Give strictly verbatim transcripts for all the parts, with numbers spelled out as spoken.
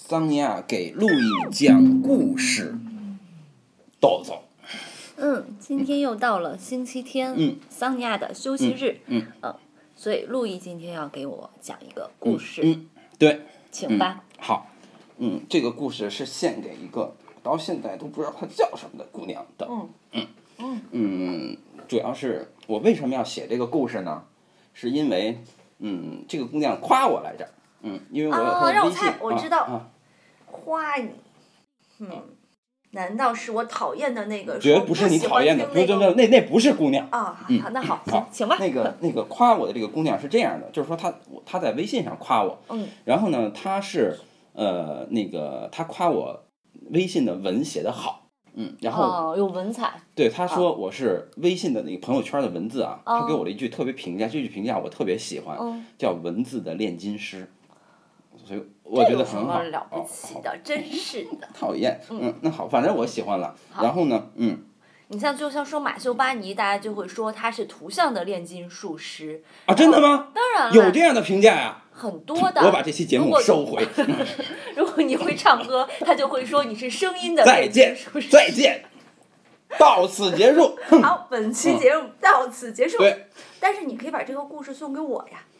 桑尼亚给路易讲故事，豆豆。 嗯，今天又到了星期天， 嗯， 桑尼亚的休息日， 嗯， 嗯，所以路易今天要给我讲一个故事， 嗯，嗯对， 请吧、 嗯。好，嗯，这个故事是献给一个到现在都不知道她叫什么的姑娘的。 嗯嗯嗯嗯，主要是我为什么要写这个故事呢？是因为嗯，这个姑娘夸我来着。嗯，因为我有她哦，让我的微信。 猜，我知道， 啊啊、 夸你，嗯。难道是我讨厌的那个？ 绝不是你讨厌的，不是，那那那不是姑娘啊。 嗯， 好，那好， 好， 请吧。 那个那个夸我的这个姑娘是这样的，就是说她她在微信上夸我， 嗯， 然后呢，她是呃那个她夸我微信的文写得好，嗯，然后哦有文采， 对，她说我是微信的那个朋友圈的文字啊， 哦、 她给我了一句特别评价，这句评价我特别喜欢， 嗯、 叫文字的炼金师。所以我觉得很好， 这有什么了不起的？哦、真是的。 讨厌，嗯，那好，反正我喜欢了。然后呢，嗯， 你像就像说马修巴尼，大家就会说他是图像的炼金术师啊，真的吗？ 当然了， 有这样的评价呀、 啊，很多的。 我把这期节目收回。 如果你会唱歌，他就会说你是声音的炼金术师。再见，再见，到此结束。 好，本期节目到此结束。 嗯、对， 但是你可以把这个故事送给我呀。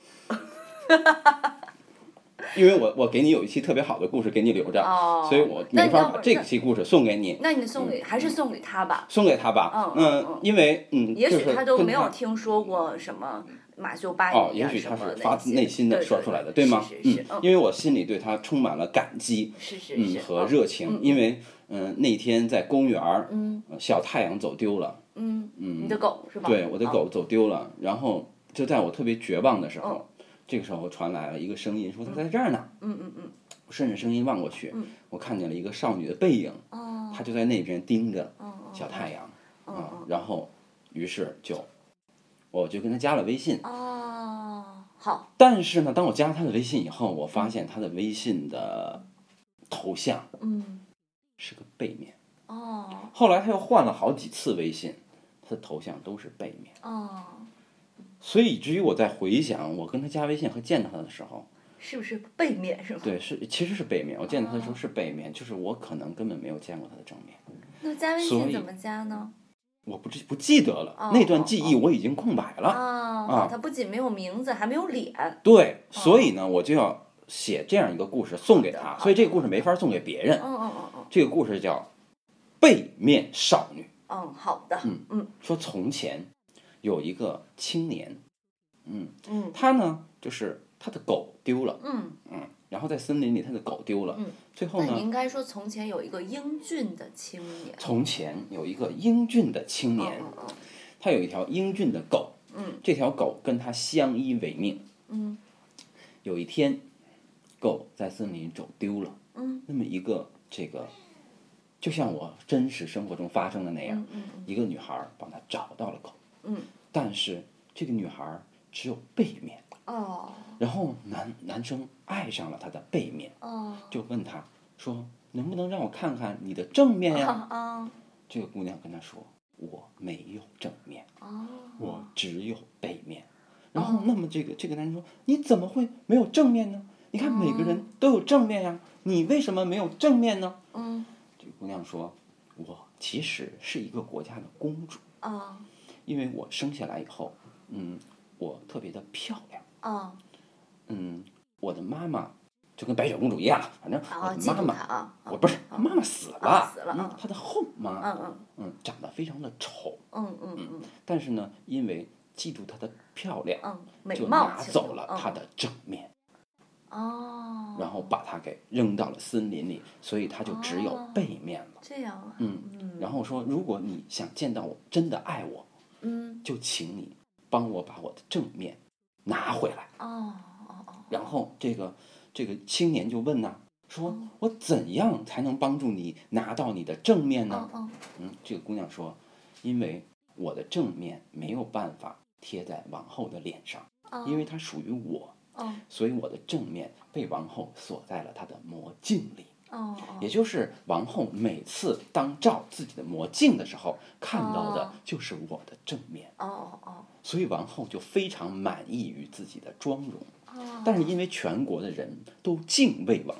因为我我给你有一期特别好的故事给你留着， 哦、 所以我没法把这期故事送给你。 那你送给、嗯、还是送给他吧。 送给他吧。 嗯嗯，嗯因为嗯， 也许他都没有他听说过什么马修巴尼哦，也许他是发自内心的说出来的，对吗？ 是是是嗯，因为我心里对他充满了感激， 是是嗯和热情， 嗯、 因为嗯那天在公园儿， 嗯， 小太阳走丢了， 嗯嗯， 你的狗是吧？ 对，我的狗走丢了，然后就在我特别绝望的时候。 嗯这个时候传来了一个声音，说他在这儿呢。 嗯嗯嗯。 我顺着声音望过去， 嗯、 我看见了一个少女的背影， 哦、 她就在那边盯着小太阳， 哦啊、嗯，然后，于是就，我就跟她加了微信。 哦，好。 但是呢，当我加她的微信以后，我发现她的微信的头像， 嗯， 是个背面。 哦。 后来她又换了好几次微信，她的头像都是背面。 哦。 所以以至于我在回想我跟他加微信和见到他的时候， 是不是背面是吗？ 对，是其实是背面。我见到他的时候是背面，哦、就是我可能根本没有见过他的正面。 那加微信怎么加呢？ 我不不记得了， 哦、 那段记忆我已经空白了。 哦、啊，他不仅没有名字，还没有脸。 对，所以呢，我就要写这样一个故事送给他。所以这个故事没法送给别人。 嗯嗯嗯嗯。 这个故事叫《背面少女》。 嗯，好的。 嗯嗯。 说从前。有一个青年，嗯嗯， 他呢就是他的狗丢了， 嗯嗯，然后在森林里他的狗丢了， 嗯， 最后呢， 你应该说从前有一个英俊的青年， 从前有一个英俊的青年， 嗯嗯、 他有一条英俊的狗， 嗯， 这条狗跟他相依为命， 嗯， 有一天，狗在森林里走丢了， 嗯， 那么一个这个。就像我真实生活中发生的那样， 嗯嗯嗯、 一个女孩帮他找到了狗， 嗯， 但是这个女孩只有背面， 哦， 然后男男生爱上了她的背面， 哦， 就问她说：“能不能让我看看你的正面呀？” 啊， 这个姑娘跟他说：“我没有正面， 哦， 我只有背面。”然后，那么这个这个男生说：“你怎么会没有正面呢？你看每个人都有正面呀，你为什么没有正面呢？” 嗯。 这个姑娘说：“我其实是一个国家的公主啊， 因为我生下来以后，嗯，我特别的漂亮啊， 嗯，我的妈妈就跟白雪公主一样，反正我的妈妈， 啊、 我不是妈妈死了， 啊、死了， 嗯，她的后妈， 嗯嗯嗯，长得非常的丑， 嗯嗯嗯，但是呢，因为嫉妒她的漂亮， 嗯，美就貌拿走了她的正面。 哦， 然后把它给扔到了森林里，所以它就只有背面了。 哦、这样啊， 嗯，然后说，如果你想见到我，真的爱我， 嗯， 就请你帮我把我的正面拿回来。 哦哦哦。 然后这个这个青年就问呐、啊，说、哦、我怎样才能帮助你拿到你的正面呢？ 哦哦、 嗯，这个姑娘说，因为我的正面没有办法贴在王后的脸上， 哦、 因为它属于我。 哦、 所以我的正面被王后锁在了她的魔镜里， 哦， 也就是王后每次当照自己的魔镜的时候，看到的就是我的正面。 哦哦， 所以王后就非常满意于自己的妆容。 哦， 但是因为全国的人都敬畏王后，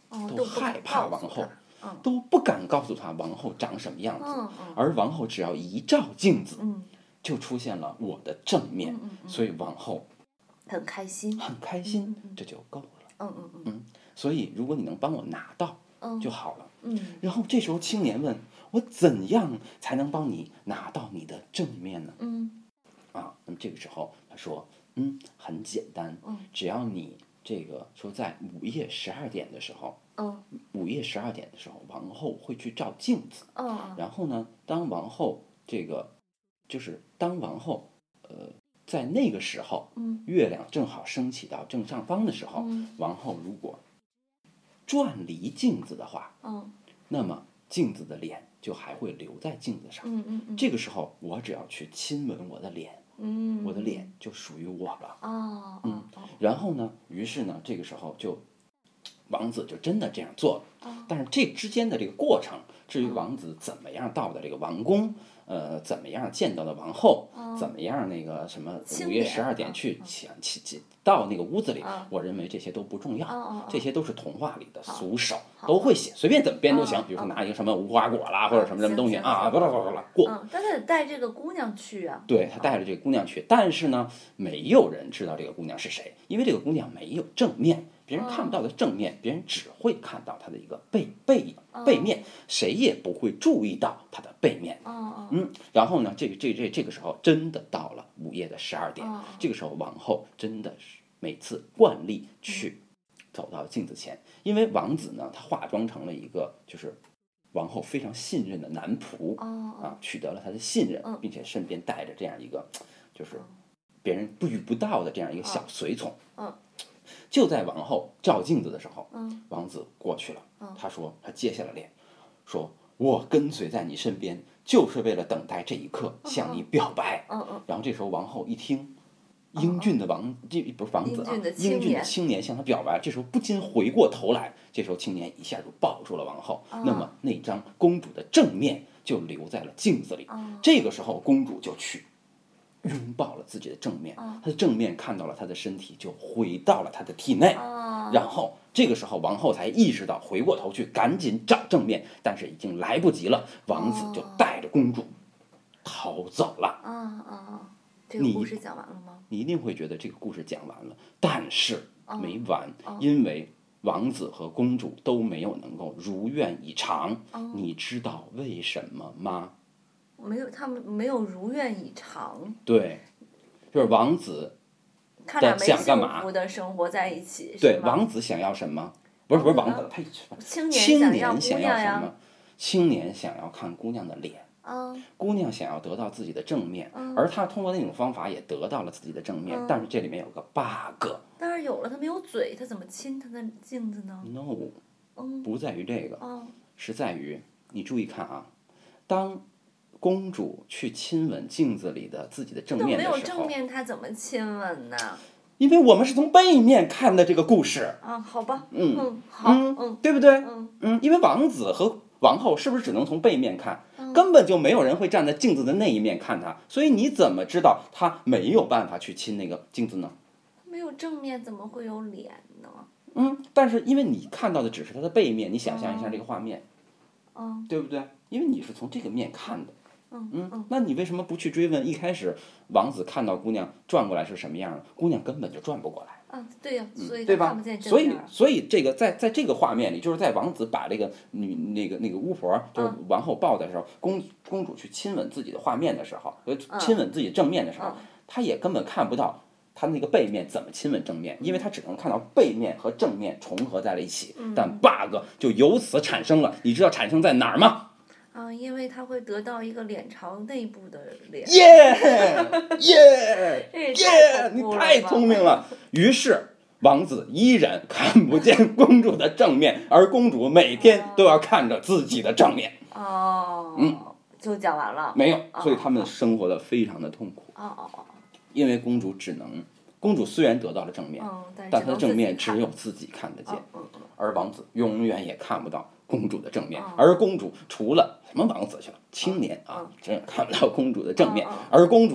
哦、 都害怕王后， 嗯、 都不敢告诉他王后长什么样子。 嗯嗯、 而王后只要一照镜子， 嗯、 就出现了我的正面， 嗯嗯嗯、 所以王后很开心， 很开心， 嗯嗯、 这就够了。 嗯嗯嗯嗯，所以如果你能帮我拿到就好了。 嗯， 然后这时候青年问我怎样才能帮你拿到你的正面呢？ 嗯， 啊，那么这个时候他说，嗯，很简单， 嗯， 只要你这个说在午夜十二点的时候， 嗯， 午夜十二点的时候，王后会去照镜子， 嗯， 然后呢，当王后这个就是当王后呃在那个时候， 嗯， 月亮正好升起到正上方的时候， 嗯、 王后如果转离镜子的话， 嗯， 那么镜子的脸就还会留在镜子上。 嗯嗯嗯， 这个时候我只要去亲吻我的脸， 嗯， 我的脸就属于我了。 哦， 嗯，然后呢，于是呢，这个时候就王子就真的这样做了。 哦、 但是这之间的这个过程，至于王子怎么样到的这个王宫，呃，怎么样见到的王后， 哦、 怎么样那个什么清午夜十二点去起起起到那个屋子里， 哦、 我认为这些都不重要， 哦、 这些都是童话里的俗手好都会写，随便怎么编都行。 哦、 比如说拿一个什么无花果啦，或者什么什么东西行啊，巴拉巴拉巴拉过。 嗯，但他得带这个姑娘去啊。 对，他带着这个姑娘去，但是呢，没有人知道这个姑娘是谁，因为这个姑娘没有正面，别人看不到的正面，别人只会看到她的一个背背背面，谁也不会注意到她的背面。 哦嗯，然后呢，这个这这这个时候真的到了午夜的十二点， 哦、 这个时候王后真的是每次惯例去走到镜子前，因为王子呢，他化妆成了一个就是王后非常信任的男仆， 哦、 啊，取得了他的信任， 嗯、 并且顺便带着这样一个就是别人不遇不到的这样一个小随从。 嗯， 就在王后照镜子的时候， 嗯， 王子过去了， 嗯， 他说他接下了脸，说我跟随在你身边，就是为了等待这一刻向你表白。 嗯嗯， 然后这时候王后一听，英俊的王这不是王子啊，英俊的青年向他表白，这时候不禁回过头来，这时候青年一下就抱住了王后，那么那张公主的正面就留在了镜子里。这个时候公主就去拥抱了自己的正面，她的正面看到了她的身体，就回到了她的体内。然后这个时候王后才意识到，回过头去赶紧找正面，但是已经来不及了，王子就带着公主逃走了。 啊啊，这个故事讲完了吗？ 你一定会觉得这个故事讲完了，但是没完，因为王子和公主都没有能够如愿以偿。你知道为什么吗？ 没有，他们没有如愿以偿。 对，就是王子的想干嘛？ 幸福的生活在一起。 对，王子想要什么？不是不是王子，他青年想要什么？青年想要看姑娘的脸。 嗯、 姑娘想要得到自己的正面， 嗯、 而她通过那种方法也得到了自己的正面， 嗯、 但是这里面有个 bug。 但是有了，她没有嘴，她怎么亲她的镜子呢 ？No， 嗯， 不在于这个， 嗯、 是在于你注意看啊，当公主去亲吻镜子里的自己的正面的时候， 没有正面，她怎么亲吻呢？ 因为我们是从背面看的这个故事。 啊，好吧， 嗯嗯，好， 嗯，对不对？ 嗯嗯，因为王子和王后是不是只能从背面看？ 嗯、 根本就没有人会站在镜子的那一面看他，所以你怎么知道他没有办法去亲那个镜子呢？ 没有正面怎么会有脸呢？ 嗯，但是因为你看到的只是他的背面，你想象一下这个画面， 嗯， 对不对？因为你是从这个面看的。 嗯嗯，那你为什么不去追问一开始王子看到姑娘转过来是什么样的？姑娘根本就转不过来。 啊，对呀、啊，所以对吧？ 看不见正所以，所以这个在在这个画面里，就是在王子把这个女那个那个巫婆，就是王后抱的时候，公公主去亲吻自己的画面的时候，呃，亲吻自己正面的时候，她也根本看不到她那个背面怎么亲吻正面，因为她只能看到背面和正面重合在了一起。但 bug 就由此产生了，你知道产生在哪儿吗？ 啊，因为他会得到一个脸朝内部的脸。 耶耶耶！你太聪明了。于是王子依然看不见公主的正面，而公主每天都要看着自己的正面。 哦， 嗯， 就讲完了。 没有，所以他们生活的非常的痛苦。 哦哦哦。 因为公主只能，公主虽然得到了正面， 嗯、但但她的正面只有自己看得见， 嗯嗯、 而王子永远也看不到公主的正面， 嗯、 而公主除了什么王子去了，青年啊，真、嗯、看不到公主的正面，嗯、而公主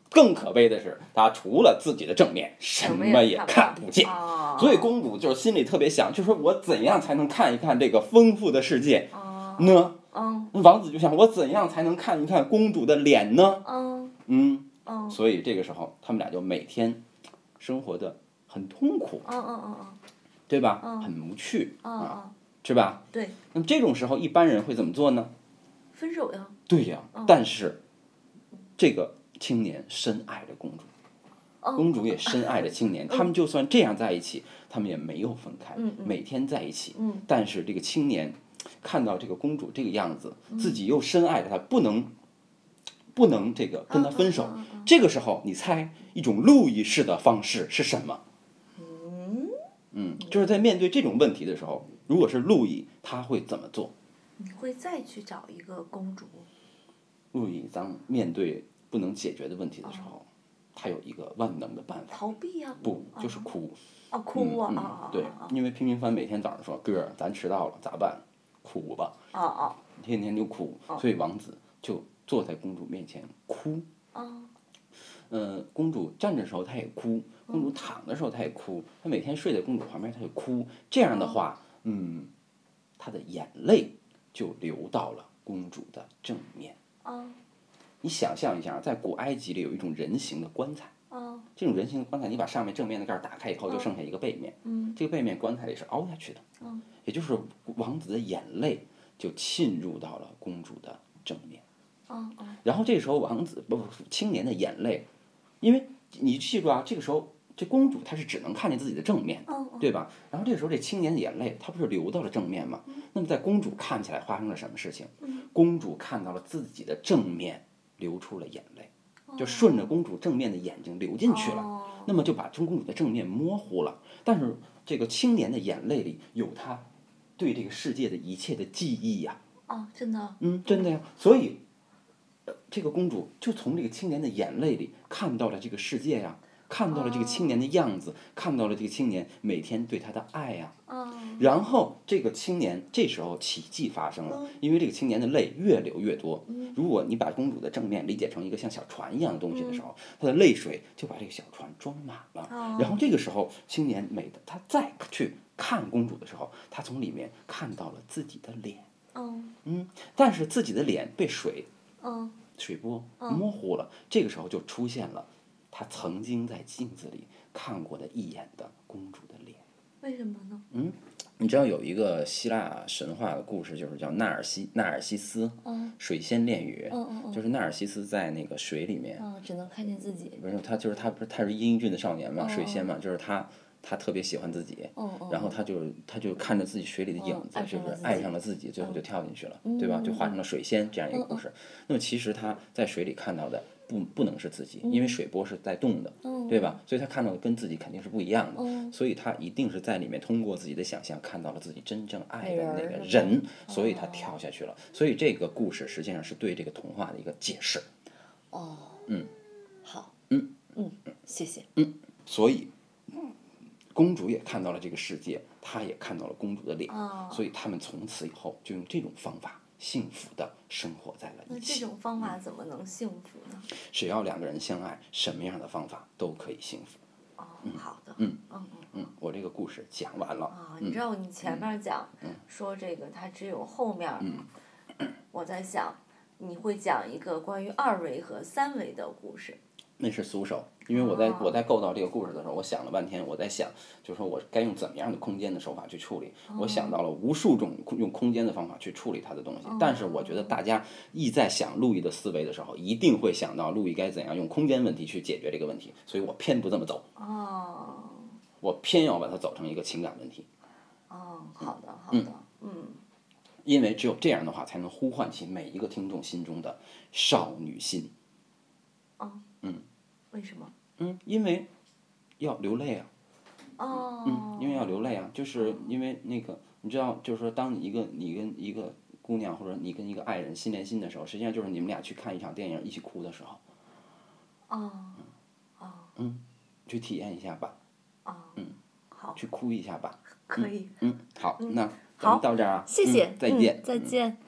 更可悲的是，她除了自己的正面，什么也看不见。 哦、 所以公主就是心里特别想，就说我怎样才能看一看这个丰富的世界呢？ 嗯， 王子就想，我怎样才能看一看公主的脸呢？ 嗯嗯嗯， 所以这个时候，他们俩就每天生活的很痛苦， 嗯嗯嗯嗯， 对吧？ 嗯、 很无趣， 嗯啊、 嗯， 是吧？ 对。 那么这种时候，一般人会怎么做呢？ 分手呀。 对呀， 嗯、 但是这个青年深爱着公主。 哦、 公主也深爱着青年， 嗯、 他们就算这样在一起，他们也没有分开， 嗯嗯、 每天在一起。 嗯、 但是这个青年看到这个公主这个样子， 嗯、 自己又深爱着她，不能不能这个跟她分手。 嗯嗯嗯嗯、 这个时候，你猜一种路易式的方式是什么？ 嗯嗯，就是在面对这种问题的时候，如果是路易，他会怎么做？ 你会再去找一个公主？ 路易当面对不能解决的问题的时候。哦，他有一个万能的办法， 逃避呀、啊？ 不，就是哭。 啊，哭啊！ 嗯啊、 嗯、对，因为平平凡每天早上说：“哥儿，咱迟到了，咋办？哭吧。” 啊啊！ 天天就哭，所以王子就坐在公主面前哭。 啊。 呃，公主站着的时候他也哭，公主躺的时候他也哭，他每天睡在公主旁边他就哭。这样的话，嗯，他的眼泪就流到了公主的正面。 啊。 你想象一下，在古埃及里有一种人形的棺材， 哦、 这种人形的棺材，你把上面正面的盖打开以后，就剩下一个背面， 嗯、 这个背面棺材里是凹下去的， 嗯、 也就是王子的眼泪就浸入到了公主的正面， 哦哦、 然后这时候王子不不青年的眼泪，因为你记住啊，这个时候这公主她是只能看见自己的正面， 哦哦、 对吧？然后这个时候这青年的眼泪，它不是流到了正面吗？ 嗯、 那么在公主看起来发生了什么事情？ 嗯、 公主看到了自己的正面。流出了眼泪，就顺着公主正面的眼睛流进去了， 哦、 那么就把公主的正面模糊了。但是这个青年的眼泪里有他对这个世界的一切的记忆呀、 啊。哦，真的。 嗯，真的呀。所以，呃，这个公主就从这个青年的眼泪里看到了这个世界呀，看到了这个青年的样子，哦、看到了这个青年每天对她的爱呀。 哦。 然后这个青年这时候奇迹发生了，因为这个青年的泪越流越多。如果你把公主的正面理解成一个像小船一样的东西的时候，她的泪水就把这个小船装满了。然后这个时候，青年美的他再去看公主的时候，他从里面看到了自己的脸。嗯，但是自己的脸被水，水波模糊了。这个时候就出现了他曾经在镜子里看过的一眼的公主的脸。 为什么呢？ 嗯，你知道有一个希腊神话的故事，就是叫纳尔西纳尔西斯， 嗯、 水仙恋语， 嗯嗯嗯、 就是纳尔西斯在那个水里面， 嗯、只能看见自己。 不是他，就是他不是他是英俊的少年嘛， 嗯、 水仙嘛，就是他他特别喜欢自己， 嗯、 然后他就他就看着自己水里的影子， 嗯、 就是爱上了自己，最后就跳进去了， 嗯、 对吧？就化成了水仙这样一个故事。那么其实他在水里看到的。不不能是自己，因为水波是在动的， 嗯、 对吧？所以他看到的跟自己肯定是不一样的， 嗯、 所以他一定是在里面通过自己的想象看到了自己真正爱的那个人，所以他跳下去了。所以这个故事实际上是对这个童话的一个解释。 哦， 嗯， 好， 嗯嗯，谢谢。 嗯，所以公主也看到了这个世界，她也看到了公主的脸， 哦、 所以他们从此以后就用这种方法。幸福的生活在了一起。 那这种方法怎么能幸福呢？ 只要两个人相爱，什么样的方法都可以幸福。 哦， 嗯、 好的。 嗯嗯嗯嗯，我这个故事讲完了。 啊、哦，你知道你前面讲、 嗯、 说这个它只有后面， 嗯、 我在想你会讲一个关于二维和三维的故事。 那是苏手，因为我在、哦、我在构造这个故事的时候，我想了半天，我在想，就是说我该用怎么样的空间的手法去处理。 哦、 我想到了无数种用空间的方法去处理它的东西， 哦、 但是我觉得大家一在想路易的思维的时候，一定会想到路易该怎样用空间问题去解决这个问题，所以我偏不这么走。 哦。 我偏要把它走成一个情感问题。 哦，好的，好的，嗯。 嗯因为只有这样的话，才能呼唤起每一个听众心中的少女心。 哦。 嗯。 为什么？ 嗯，因为要流泪啊。 哦。 嗯，因为要流泪啊，就是因为那个，你知道，就是说，当你一个你跟一个姑娘或者你跟一个爱人心连心的时候，实际上就是你们俩去看一场电影一起哭的时候。 哦。哦。 嗯，去体验一下吧。 哦。 嗯。 好。 去哭一下吧。 可以。 嗯，嗯好， 嗯、 那咱们到这儿啊。 谢谢、 嗯，再见。 嗯、再见。